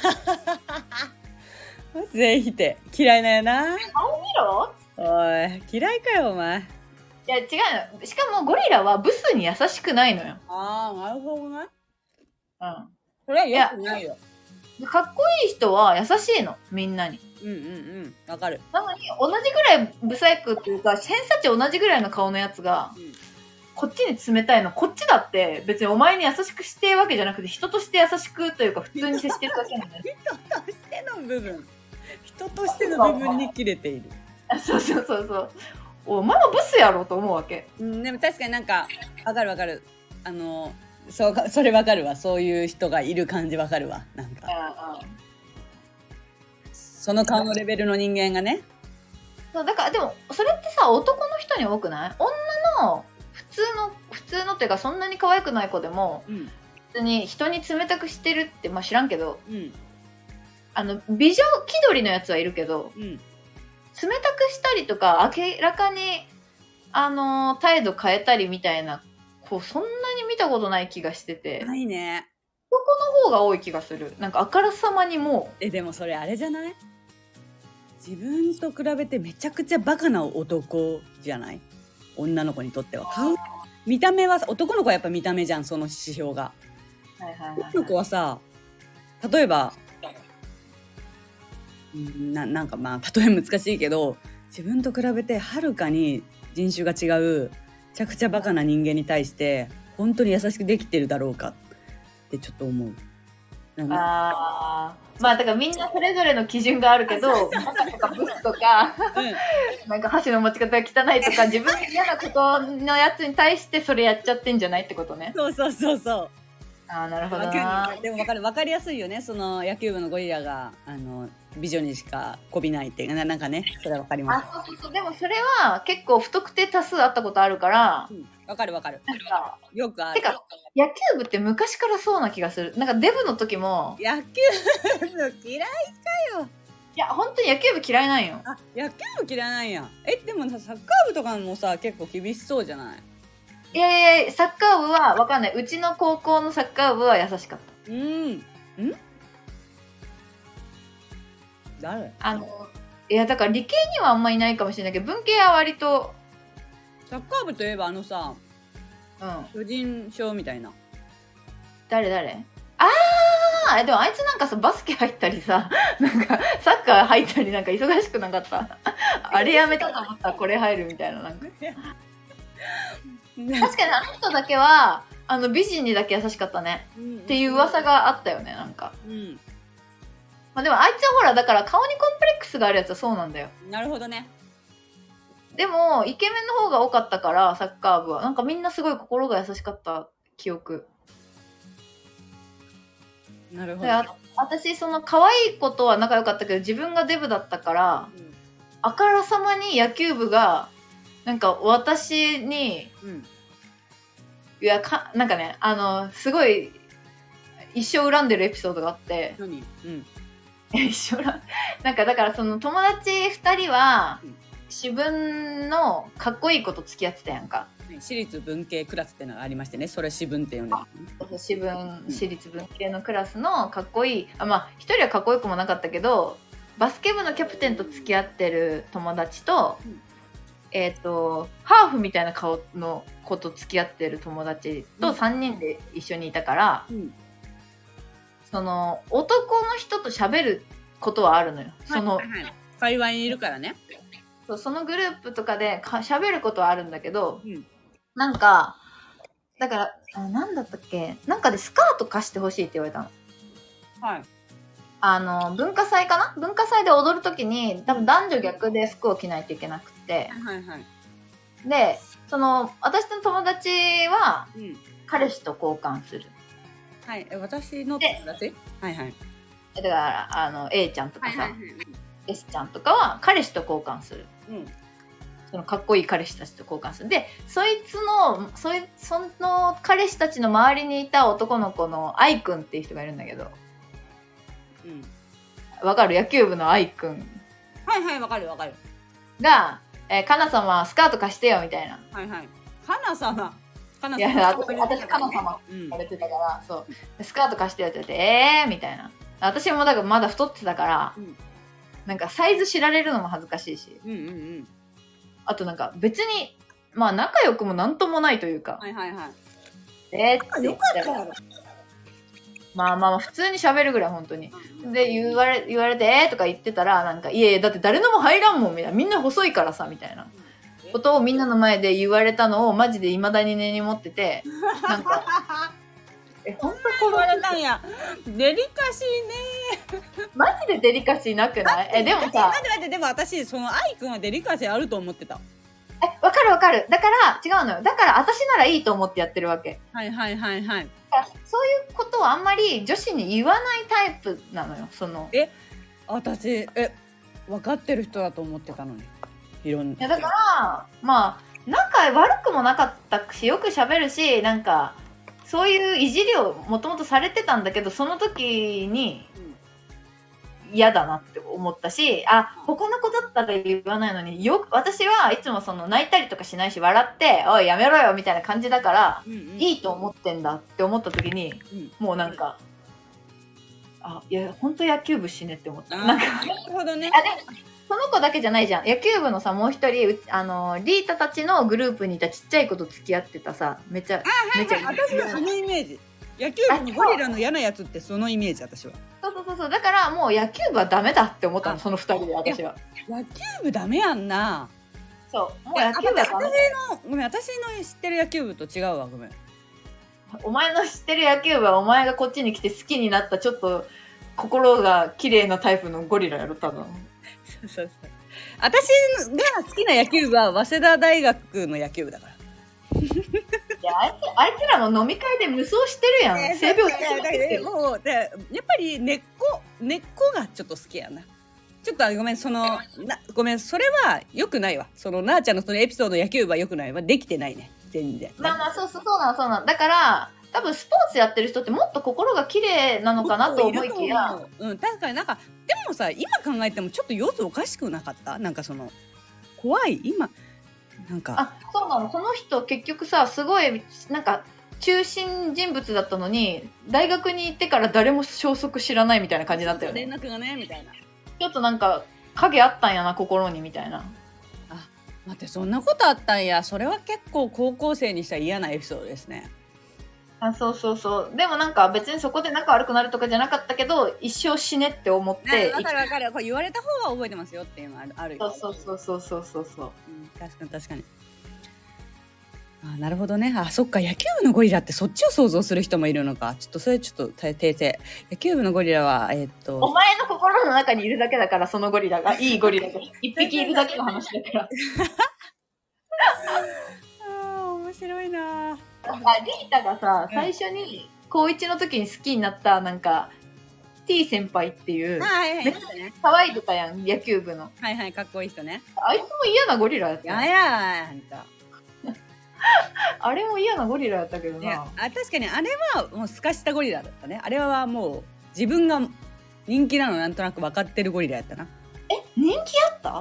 全否定。嫌いだよな。 顔見ろ。 おい、嫌いかよ、お前。 いや、違うの。しかもゴリラはブスに優しくないのよ。 ああ、なるほどね。 うん。 それはよくないよ。 かっこいい人は優しいの、みんなに。 うんうんうん、わかる。 なのに、同じぐらいブサイクっていうか、偏差値同じぐらいの顔のやつが、こっちに冷たいの。こっちだって別にお前に優しくしてるわけじゃなくて、人として優しくというか、普通に接してるだけなんだよ。 人としての部分。人としての部分に切れている。 そうそうそうそう。お前もブスやろと思うわけ。 でも確かになんか、わかるわかる。それわかるわ。そういう人がいる感じわかるわ。なんか。その顔のレベルの人間がね。 そうだからでもそれってさ、男の人に多くない？女の普通のっていうか、そんなに可愛くない子でも、普通に人に冷たくしてるって、まあ知らんけど、美女気取りのやつはいるけど、冷たくしたりとか明らかに態度変えたりみたいな子、そんなに見たことない気がしてて。 ないね。 男の方が多い気がする。なんかあからさまにもう。でもそれあれじゃない？自分と比べてめちゃくちゃバカな男じゃない？女の子にとっては。見た目は、男の子はやっぱ見た目じゃん、その指標が。女の子はさ、例えば、なんかまあ例え難しいけど、自分と比べてはるかに人種が違うめちゃくちゃバカな人間に対して本当に優しくできてるだろうかってちょっと思う。 まあだからみんなそれぞれの基準があるけど、バカとかブスとか、なんか箸の持ち方が汚いとか、自分が嫌なことのやつに対してそれやっちゃってんじゃないってことね。 そうそうそうそう。 なるほどな。 でも分かりやすいよね。その野球部のゴリラが美女にしかこびないってなんかね、それは分かります。 そうでもそれは結構不特定多数あったことあるから、 分かる分かる。よくある。 てか野球部って昔からそうな気がする。なんかデブの時も野球部嫌いかよ。 いや本当に野球部嫌いなんよ。 野球部嫌いなんや。でもサッカー部とかもさ結構厳しそうじゃない？ いやいや、サッカー部は分かんない。うちの高校のサッカー部は優しかった。誰？いやだから理系にはあんまいないかもしれないけど、文系は割と。 サッカー部といえばさ、巨人賞みたいな。 誰？でもあいつなんかさ、バスケ入ったりさ、なんかサッカー入ったりなんか忙しくなかった？あれやめたと思ったらこれ入るみたいな、なんか。確かにあの人だけは美人にだけ優しかったね、っていう噂があったよね、なんか。まあ、でもあいつはほらだから顔にコンプレックスがあるやつはそうなんだよ。なるほどね。 でもイケメンの方が多かったから、サッカー部はなんかみんなすごい心が優しかった記憶。 なるほど。 私その可愛い子とは仲良かったけど、自分がデブだったから、あからさまに野球部がなんか私に、いやなんかね、すごい一生恨んでるエピソードがあって。一生なんかだからその友達2人は私文のかっこいい子と付き合ってたやんか。 私立文系クラスってのがありましてね、それ私文って呼んでる。 私立文系のクラスのかっこいい、まあ一人はかっこいい子もなかったけど、バスケ部のキャプテンと付き合ってる友達と、ハーフみたいな顔の子と付き合ってる友達と3人で一緒にいたから、その男の人と喋ることはあるのよ。 界隈にいるからね。 そのグループとかで喋ることはあるんだけど、なんかだからなんだったっけ、なんかでスカート貸してほしいって言われたの。文化祭かな、文化祭で踊る時に多分男女逆で服を着ないといけなくて、でその私の友達は彼氏と交換する。 私の友達？ だからA ちゃんとかさ、S ちゃんとかは彼氏と交換する、そのかっこいい彼氏たちと交換する。でその彼氏たちの周りにいた男の子の愛くんっていう人がいるんだけど、わかる？野球部の愛くん。 はいはい、わかるわかる。 が、かな様スカート貸してよみたいな。はいはい。 かな様。 いや私かな様って言われてたから、そうスカート貸してよって言ってみたいな。私もだからまだ太ってたから、なんかサイズ知られるのも恥ずかしいし、あとなんか別にまあ仲良くもなんともないというか、って言ってたら、まあ普通に喋るぐらい本当に、で言われてとか言ってたら、なんかいやだって誰のも入らんもんみたいな、みんな細いからさみたいなことをみんなの前で言われたのをマジで未だに根に持ってて、なんか本当言われたんや。デリカシーね。 マジでデリカシーなくない？でもさ、 待ってでも私その愛くんはデリカシーあると思ってた。 わかる。だから違うのよ。だから私ならいいと思ってやってるわけ。 はい。そういうことをあんまり女子に言わないタイプなのよ。 私分かってる人だと思ってたのに。いやだからまあ仲悪くもなかったし、よく喋るし、なんかそういういじりをもともとされてたんだけど、その時に嫌だなって思ったし、他の子だったら言わないのに、私はいつもその泣いたりとかしないし、笑っておいやめろよみたいな感じだから、いいと思ってんだって思った時に、もうなんかいや本当野球部死ねって思った。なんかなるほどね。でもその子だけじゃないじゃん。野球部のさ、もう一人リータたちのグループにいたちっちゃい子と付き合ってたさ、めちゃ私はそのイメージ。野球部にゴリラの嫌なやつってそのイメージ。私はそうだからもう野球部はダメだって思ったの、その2人で。私は野球部ダメやんな。 そうもう野球部はダメ。 私の知ってる野球部と違うわ。ごめん。 お前の知ってる野球部はお前がこっちに来て好きになったちょっと心が綺麗なタイプのゴリラやろ多分。 そう私が好きな野球部は早稲田大学の野球部だから。 いやあいつらも飲み会で無双してるやん。性病もうやっぱり根っこがちょっと好きやな。ちょっとごめんごめん、それは良くないわ。そのなあちゃんのそのエピソード野球部は良くないわ。できてないね全然。 まあそうなんだから。多分スポーツやってる人ってもっと心が綺麗なのかなと思いきや、 確かになんかでもさ、今考えてもちょっと様子おかしくなかった？なんかその怖い今なんか。 そうなの。その人結局さ、すごいなんか中心人物だったのに、大学に行ってから誰も消息知らないみたいな感じだったよね。 連絡がねみたいな。 ちょっとなんか影あったんやな心にみたいな。 待って、そんなことあったんや。それは結構高校生にしたら嫌なエピソードですね。 そうでもなんか別にそこで仲悪くなるとかじゃなかったけど、一生死ねって思って。 わかる。これ言われた方は覚えてますよっていうのはあるよ。 そう、 確かに。なるほどね。そっか、野球部のゴリラってそっちを想像する人もいるのか。ちょっとそれ訂正。野球部のゴリラはお前の心の中にいるだけだから、そのゴリラがいいゴリラが一匹いるだけの話だから面白いな。 リータがさ、最初に高1の時に好きになったなんか T 先輩っていう、めっちゃ騒いでたやん、野球部の。 かっこいい人ね。 あいつも嫌なゴリラやった。 あんたあれも嫌なゴリラやったけどな。 確かにあれはもうすかしたゴリラだったね。あれはもう自分が人気なのなんとなく分かってるゴリラやったな。 人気あった？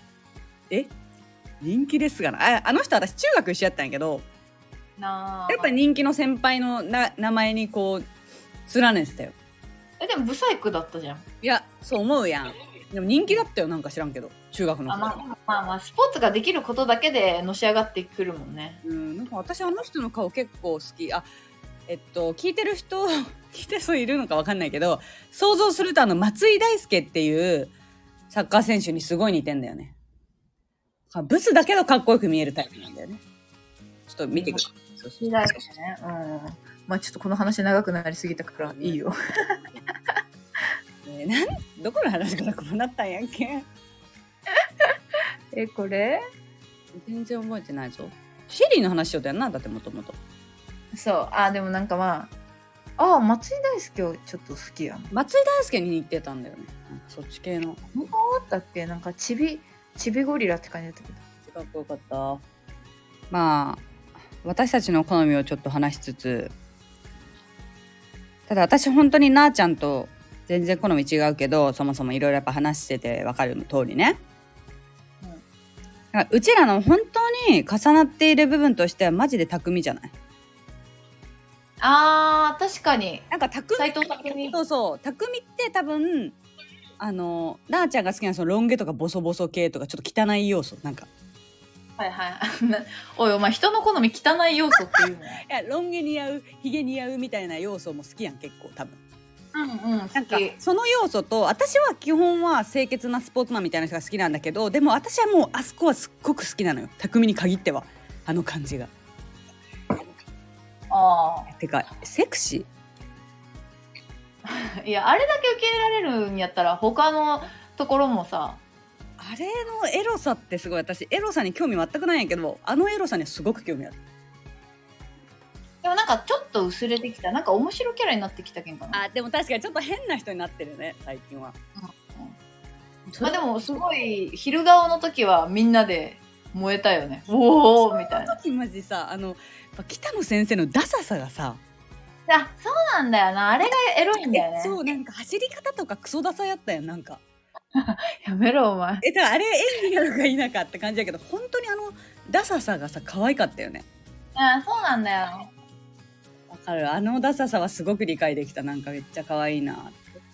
人気ですがな。あの人私中学一緒やったんやけど、やっぱ人気の先輩の名前にこう連ねてたよ。 でもブサイクだったじゃん。 いやそう思うやん。でも人気だったよ。なんか知らんけど中学のまあスポーツができることだけでのし上がってくるもんね。 なんか私あの人の顔結構好き。聞いてる人いるのか分かんないけど、想像すると松井大輔っていうサッカー選手にすごい似てんだよね。ブスだけどかっこよく見えるタイプなんだよね。ちょっと見てください。 松井大輔ね。まあちょっとこの話長くなりすぎたからいいよ。 どこの話からこうなったんやっけこれ全然覚えてないぞ。シェリーの話しようとやんな。だってもともとそう。でもなんかまあああ、松井大輔をちょっと好きやん。 松井大輔に似てたんだよね。なんかそっち系の。 何があったっけ？なんかちびゴリラって感じだったけど。 かっこよかった。まあ私たちの好みをちょっと話しつつ、ただ私本当になあちゃんと全然好み違うけど、そもそもいろいろやっぱ話してて分かる通りね、うちらの本当に重なっている部分としてはマジで匠じゃない？ あー、確かに。 なんか斎藤匠。 そうそう、匠って多分なあちゃんが好きなそのロン毛とかボソボソ系とかちょっと汚い要素、なんかはいはい。おいお前人の好み汚い要素っていうの？いやロン毛似合う、ヒゲ似合うみたいな要素も好きやん結構多分。 うんうん、好き。 なんかその要素と、私は基本は清潔なスポーツマンみたいな人が好きなんだけど、でも私はもうあそこはすっごく好きなのよ、匠に限っては。あの感じが。 あてかセクシー。いや、あれだけ受け入れられるんやったら他のところもさ、 あれのエロさってすごい、私エロさに興味全くないんやけど、あのエロさにはすごく興味ある。 でもなんかちょっと薄れてきた、なんか面白キャラになってきたけんかな。 あ、でも確かにちょっと変な人になってるね最近は。 まあでもすごい昼顔の時はみんなで燃えたよね。おおみたいな。 その時マジさ、北野先生のダサさがさ、 あ、そうなんだよな、あれがエロいんだよね。 そう、なんか走り方とかクソダサやったよ、なんかやめろお前。 だからあれ演技なのか否かって感じだけど、本当にダサさがさ可愛かったよね。 あ、そうなんだよ。 わかる、あのダサさはすごく理解できた。なんかめっちゃ可愛いなって。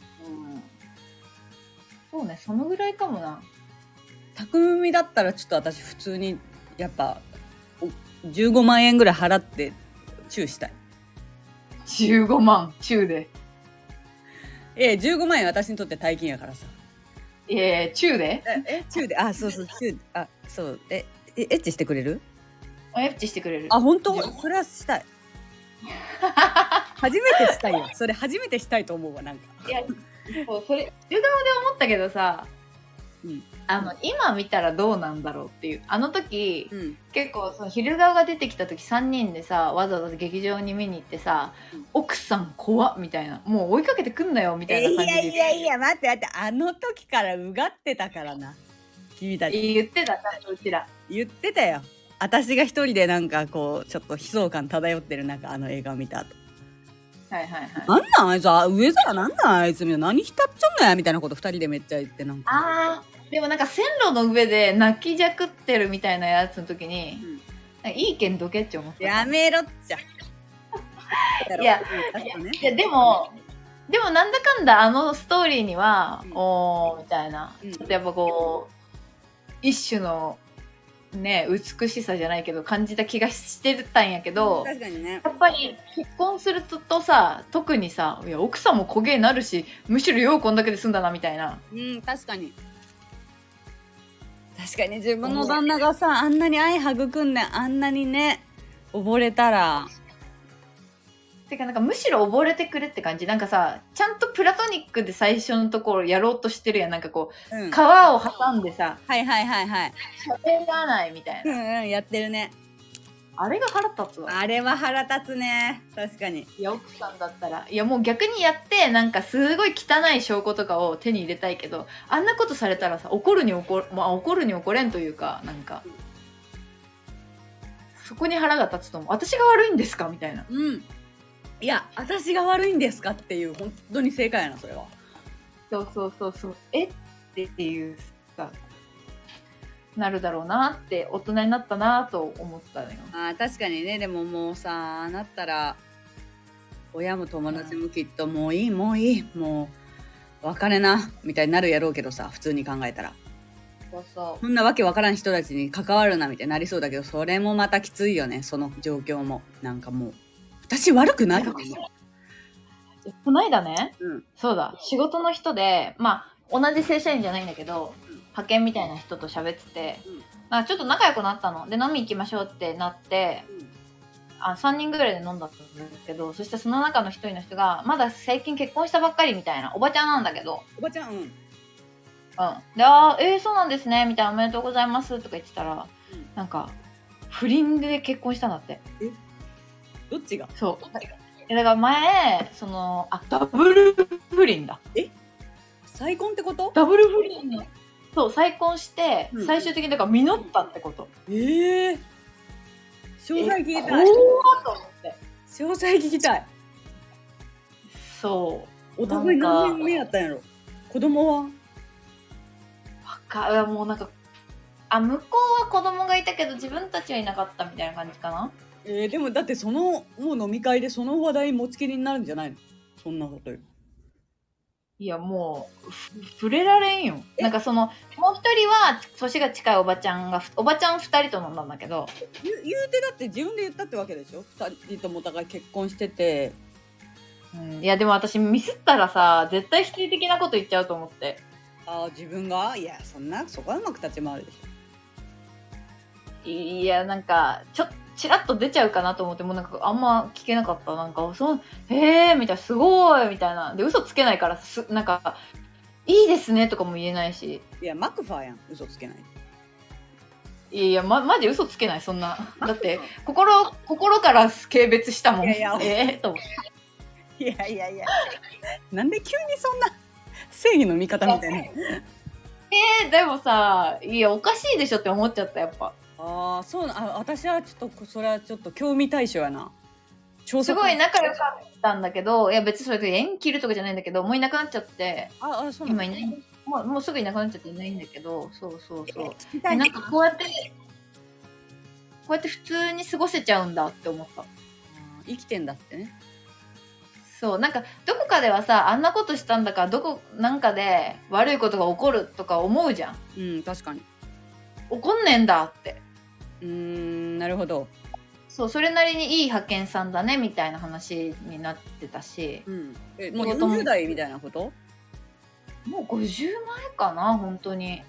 そうね、そのぐらいかもな。 匠だったらちょっと私普通にやっぱ15万円ぐらい払ってチューしたい。 15万チューで。 15万円私にとって大金やからさ。 チューで？ チューで、あ、そうそう、チュー、あ、そう、エッチしてくれる？ エッチしてくれる。 あ、本当？それはしたい。初めてしたいよ。それ初めてしたいと思うわ、なんか。 いや、そう、それ昼顔で思ったけどさ、今見たらどうなんだろうっていう。あの時、結構その昼顔が出てきた時3人でさ、わざわざ劇場に見に行ってさ、奥さん怖っみたいな、もう追いかけてくんなよみたいな感じで。 いや待って待って、あの時からうがってたからな、君たち。 言ってた、ちゃんとうちら言ってたよ。私が一人でなんかこうちょっと悲壮感漂ってる中、あの映画を見た後。 はいはいはい。 なんなんあいつ、上からなんなんあいつ、何浸っちゃうんだよみたいなこと2人でめっちゃ言って、なんかでもなんか線路の上で泣きじゃくってるみたいなやつの時に、いいけんどけって思って。 やめろっちゃ。 いやでもなんだかんだあのストーリーには、おーみたいな、ちょっとやっぱこう一種のね美しさじゃないけど感じた気がしてたんやけど、 確かにね、 やっぱり結婚するとさ、特にさ、いや奥さんも焦げになるし、むしろようこんだけで済んだなみたいな。 確かに自分の旦那がさ、あんなに愛育んで、あんなにね溺れたら、 てかなんかむしろ溺れてくれって感じ。なんかさ、ちゃんとプラトニックで最初のところやろうとしてるやん。なんかこう、川を挟んでさ、 喋らないみたいな、 やってるね。 あれが腹立つわ。 あれは腹立つね、確かに。 いや奥さんだったら、いやもう逆にやって、なんかすごい汚い証拠とかを手に入れたいけど、あんなことされたらさ、怒るに怒れんというか、なんかそこに腹が立つと思う。私が悪いんですかみたいな。 いや、私が悪いんですかっていう、本当に正解やな、それは。 そうっていうさ、なるだろうなって、大人になったなと思ったのよ。 確かにね。でももうさ、なったら親も友達もきっともういいもう別れなみたいになるやろうけどさ、普通に考えたらそんなわけわからん人たちに関わるなみたいになりそうだけど、それもまたきついよね、その状況も。なんかもう私悪くない。この間ね、そうだ、仕事の人で、同じ正社員じゃないんだけど、派遣みたいな人と喋ってて、ちょっと仲良くなったので、飲み行きましょうってなって、3人ぐらいで飲んだんですけど、そしてその中の一人の人がまだ最近結婚したばっかりみたいなおばちゃんなんだけど、 おばちゃんで、そうなんですねみたいな、おめでとうございますとか言ってたら、なんか不倫で結婚したんだって。 どっちが？ そう、 だから前ダブル不倫だ。 再婚ってこと？ ダブル不倫の。そう再婚して、最終的にだから実ったってこと。 詳細聞きたい。 怖っと思って。 詳細聞きたい。 そう。 お互い何年目やったんやろ。子供は？ もうなんか向こうは子供がいたけど自分たちはいなかったみたいな感じかな。 でもだってもう飲み会でその話題持ちきりになるんじゃないの？そんなことよ。 いやもう触れられんよ。なんかもう一人は年が近いおばちゃん2人と飲んだんだけど、 言うてだって自分で言ったってわけでしょ。2人ともお互い結婚してて、 いやでも私ミスったらさ絶対否定的なこと言っちゃうと思って。 自分がいやそこはうまく立ち回るでしょ。いやなんかチラッと出ちゃうかなと思って、もうなんかあんま聞けなかった。なんかへーみたいな、すごいみたいなで、嘘つけないからなんかいいですねとかも言えないし。 いやマクファーやん、嘘つけない。 いやマジ嘘つけない。そんなだって心から軽蔑したもん。と思って。 いやなんで急にそんな正義の味方みたいな。 でもさ、いやおかしいでしょって思っちゃった。やっぱ私はちょっとそれはちょっと興味対象やな。 すごい仲良かったんだけど、いや別にそれで縁切るとかじゃないんだけど、もういなくなっちゃって、 そう今いない。もうすぐいなくなっちゃっていないんだけど、そうなんかこうやって普通に過ごせちゃうんだって思った。 生きてんだってね。 そうなんかどこかではさ、あんなことしたんだからなんかで悪いことが起こるとか思うじゃん。 確かに起こんねえんだって。 なるほど。 それなりにいい派遣さんだねみたいな話になってたし、 もう40代みたいなこと？ もう50前かな本当に。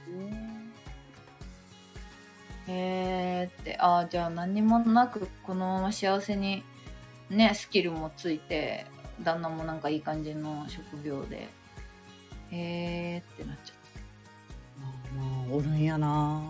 ってじゃあ何もなくこのまま幸せにね、スキルもついて旦那もなんかいい感じの職業でってなっちゃった。 おるんやな。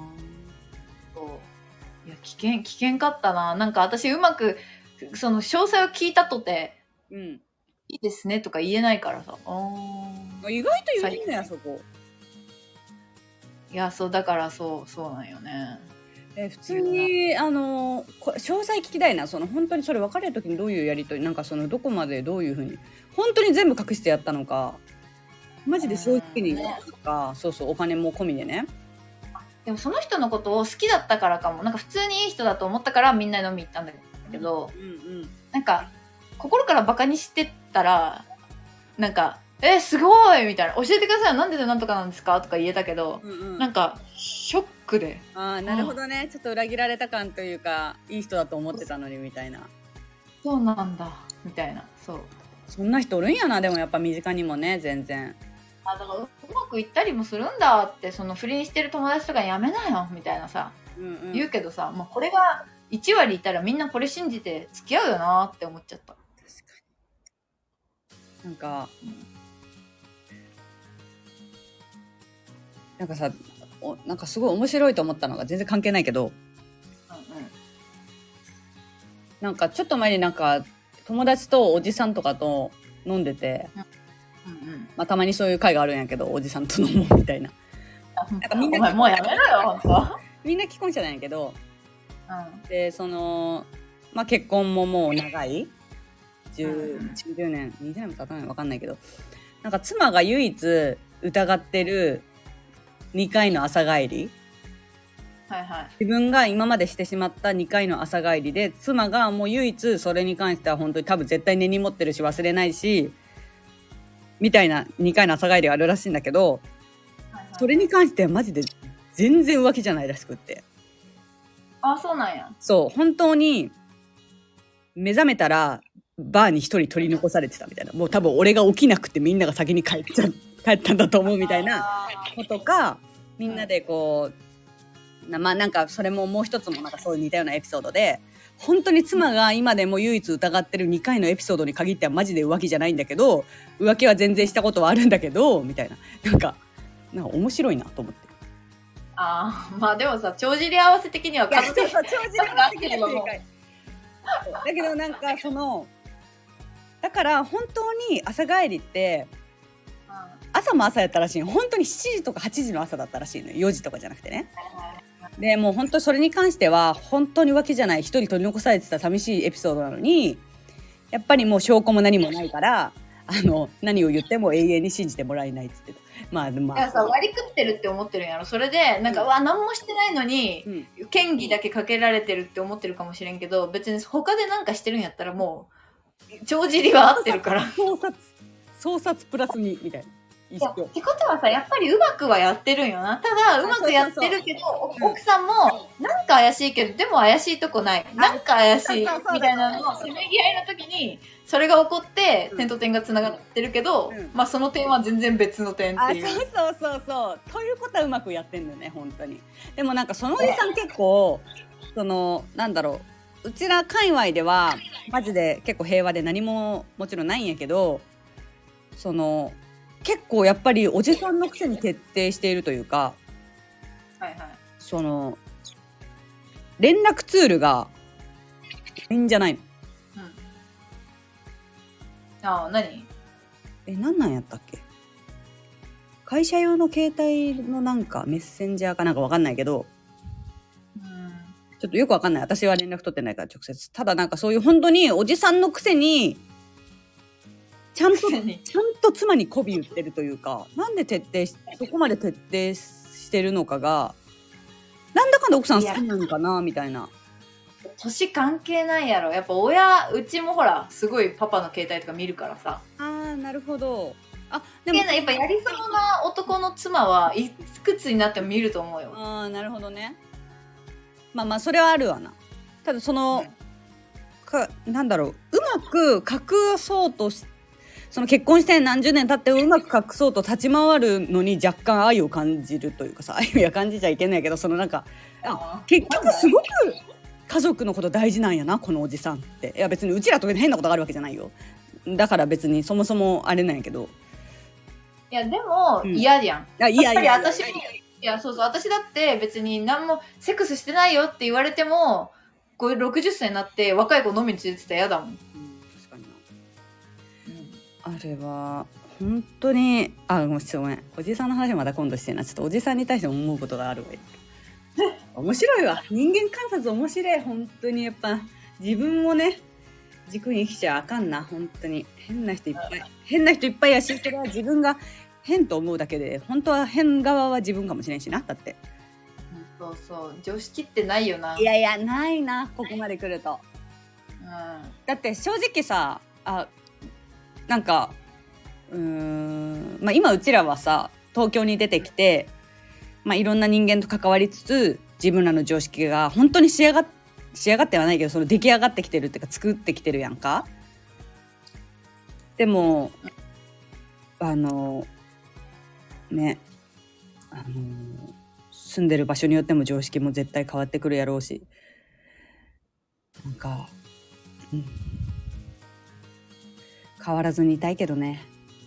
いや危険かったな。なんか私うまくその詳細を聞いたとて、いいですねとか言えないからさ。 意外と言うんだよそこ。 いやだからそうなんよね。 普通に詳細聞きたいな。本当にそれ別れる時にどういうやりとり、なんかどこまでどういうふうに本当に全部隠してやったのか、マジで正直にとか、お金も込みでね。 でもその人のことを好きだったからかも。なんか普通にいい人だと思ったからみんな飲み行ったんだけど、なんか心からバカにしてたらなんかすごいみたいな、教えてくださいなんでなんとかなんですかとか言えたけど、なんかショックで。 なるほどね。ちょっと裏切られた感というか、いい人だと思ってたのにみたいな。 そうなんだみたいな。 そんな人おるんやな。でもやっぱ身近にもね、全然。 だからうまくいったりもするんだって。不倫してる友達とかやめなよみたいなさ、言うけどさ、もうこれが1割いたらみんなこれ信じて付き合うよなって思っちゃった。確かに。なんかさ、なんかすごい面白いと思ったのが全然関係ないけど、なんかちょっと前になんか友達とおじさんとかと飲んでて、たまにそういう会があるんやけど、おじさんと飲もうみたいな。なんかみんなもうやめろよ本当。 みんな既婚者なんやけど、で結婚ももう長い10年20年も経たないの分かんないけど、なんか妻が唯一疑ってる2回の朝帰り、自分が今までしてしまった2回の朝帰りで、妻がもう唯一それに関しては本当に多分絶対根に持ってるし忘れないしみたいな2回の朝帰りがあるらしいんだけど、それに関してはマジで全然浮気じゃないらしくって。 そうなんや。 本当に目覚めたらバーに一人取り残されてたみたいな。もう多分俺が起きなくてみんなが先に帰ったんだと思うみたいなことか、みんなでこうなんかそれももう一つもなんかそういう似たようなエピソードで、本当に妻が今でも唯一疑ってる2回のエピソードに限ってはマジで浮気じゃないんだけど、浮気は全然したことはあるんだけどみたいな、なんか面白いなと思って。 でもさ、帳尻合わせ的には帳尻合わせ的には正解だけど、なんかだから本当に朝帰りって朝も朝やったらしい。本当に7時とか8時の朝だったらしいのよ。4時とかじゃなくてね。でもう本当それに関しては本当にわけじゃない、一人取り残されてた寂しいエピソードなのに、やっぱりもう証拠も何もないから何を言っても永遠に信じてもらえないっつってた。まあまあ、 いやさ、割り食ってるって思ってるんやろ。それでなんか、何もしてないのに、嫌疑だけかけられてるって思ってるかもしれんけど、別に他で何かしてるんやったらもう帳尻は合ってるから。 捜察プラス2みたいな。 ってことはさ、やっぱりうまくはやってるんよな。ただうまくやってるけど、奥さんもなんか怪しいけど、でも怪しいとこない、なんか怪しいみたいなののせめぎ合いの時にそれが起こって点と点がつながってるけど、まあその点は全然別の点っていう。 そうということはうまくやってんのよね、本当に。でもなんかそのおじさん結構なんだろう、うちら界隈ではマジで結構平和で何ももちろんないんやけど、結構やっぱりおじさんのくせに徹底しているというか、連絡ツールがいいんじゃないの？何なんやったっけ？会社用の携帯のなんかメッセンジャーかなんかわかんないけど、ちょっとよくわかんない。私は連絡取ってないから直接。ただなんかそういう本当におじさんのくせにちゃんと妻に媚び売ってるというか、なんでそこまで徹底してるのかが、なんだかんだ奥さん好きなのかなみたいな。 年関係ないやろ。やっぱうちもほらすごいパパの携帯とか見るからさ。 なるほど。 でもやっぱやりそうな男の妻はいくつになっても見ると思うよ。 なるほどね。まあそれはあるわな。ただなんだろう、うまく隠そうとして、結婚して何十年経ってうまく隠そうと立ち回るのに若干愛を感じるというかさ、愛は感じちゃいけないけど、なんか結局すごく家族のこと大事なんやなこのおじさんって。いや別にうちらと変なことがあるわけじゃないよ。だから別にそもそもあれなんやけど。 いやでも嫌じゃん。やっぱり私だって別に何もセックスしてないよって言われても、60歳になって若い子飲みに連れてたら嫌だもん。 確かにな。あれは本当にごめん、おじさんの話まだ今度してな。ちょっとおじさんに対して思うことがあるわ。面白いわ、人間観察面白い。本当にやっぱ自分もね軸に生きちゃあかんな。本当に変な人いっぱいやし、それは自分が変と思うだけで、本当は変側は自分かもしれんしな。だってそう常識ってないよな。 いやないな、ここまで来ると。だって正直さ、なんか今うちらはさ東京に出てきて、いろんな人間と関わりつつ自分らの常識が本当に仕上がってはないけど、出来上がってきてるっていうか作ってきてるやんか。でも住んでる場所によっても常識も絶対変わってくるやろうし、なんか、変わらずにいたいけどね。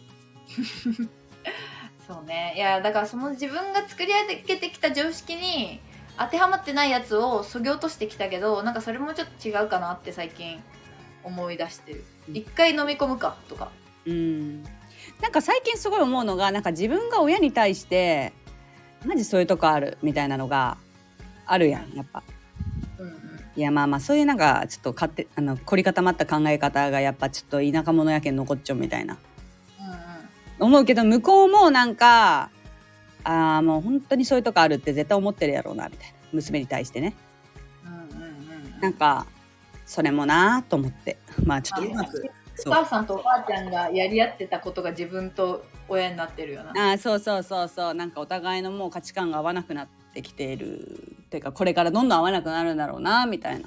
そうね。いやだから自分が作り上げてきた常識に当てはまってないやつをそぎ落としてきたけど、なんかそれもちょっと違うかなって最近思い出してる。一回飲み込むかとか。 なんか最近すごい思うのが、なんか自分が親に対してマジそういうとこあるみたいなのがあるやん、やっぱ。いやまあそういうなんかちょっと凝り固まった考え方がやっぱちょっと田舎者やけん残っちゃうみたいな、思うけど、向こうもなんかもう本当にそういうとこあるって絶対思ってるやろうなみたいな、娘に対してね。なんかそれもなと思って、ちょっとうまくお母さんとおばあちゃんがやり合ってたことが自分と親になってるよな。 そうなんかお互いのもう価値観が合わなくなってきているっていうか、これからどんどん合わなくなるんだろうなみたいな。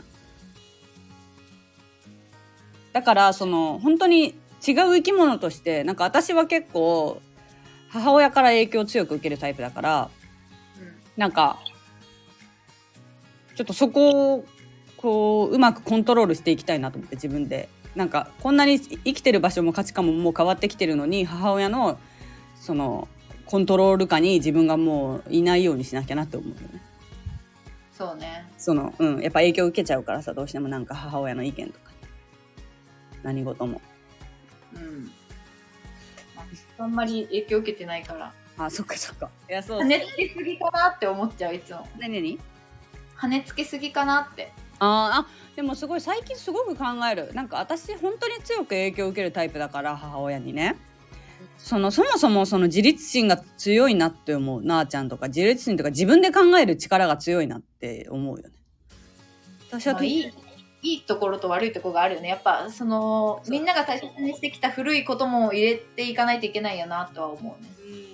だから本当に違う生き物として、なんか私は結構母親から影響を強く受けるタイプだから、なんかちょっとそこをうまくコントロールしていきたいなと思って、自分で。なんかこんなに生きてる場所も価値観ももう変わってきてるのに、母親のコントロール下に自分がもういないようにしなきゃなって思うよね。 そうね。 やっぱ影響受けちゃうからさ、どうしてもなんか母親の意見とか何事も。 あんまり影響受けてないから。 あ、そっかそっか。いや、そう。 跳ねつけすぎかなって思っちゃう、いつも。 何？ 跳ねつけすぎかなって。 でもすごい最近すごく考える。なんか私本当に強く影響を受けるタイプだから、母親にね。そもそもその自立心が強いなって思う。なあちゃんとか自立心とか自分で考える力が強いなって思うよね。私はいいところと悪いところがあるよね。やっぱみんなが大切にしてきた古いことも入れていかないといけないよなとは思うね。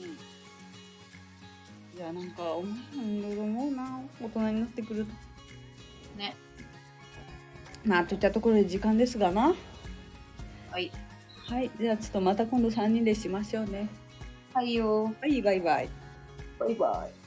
いや、なんか思うな、大人になってくるとね。 まあといったところで時間ですがな。 はい、 じゃあちょっとまた今度3人でしましょうね。 はいよ。 はい、バイバイ。 バイバイ。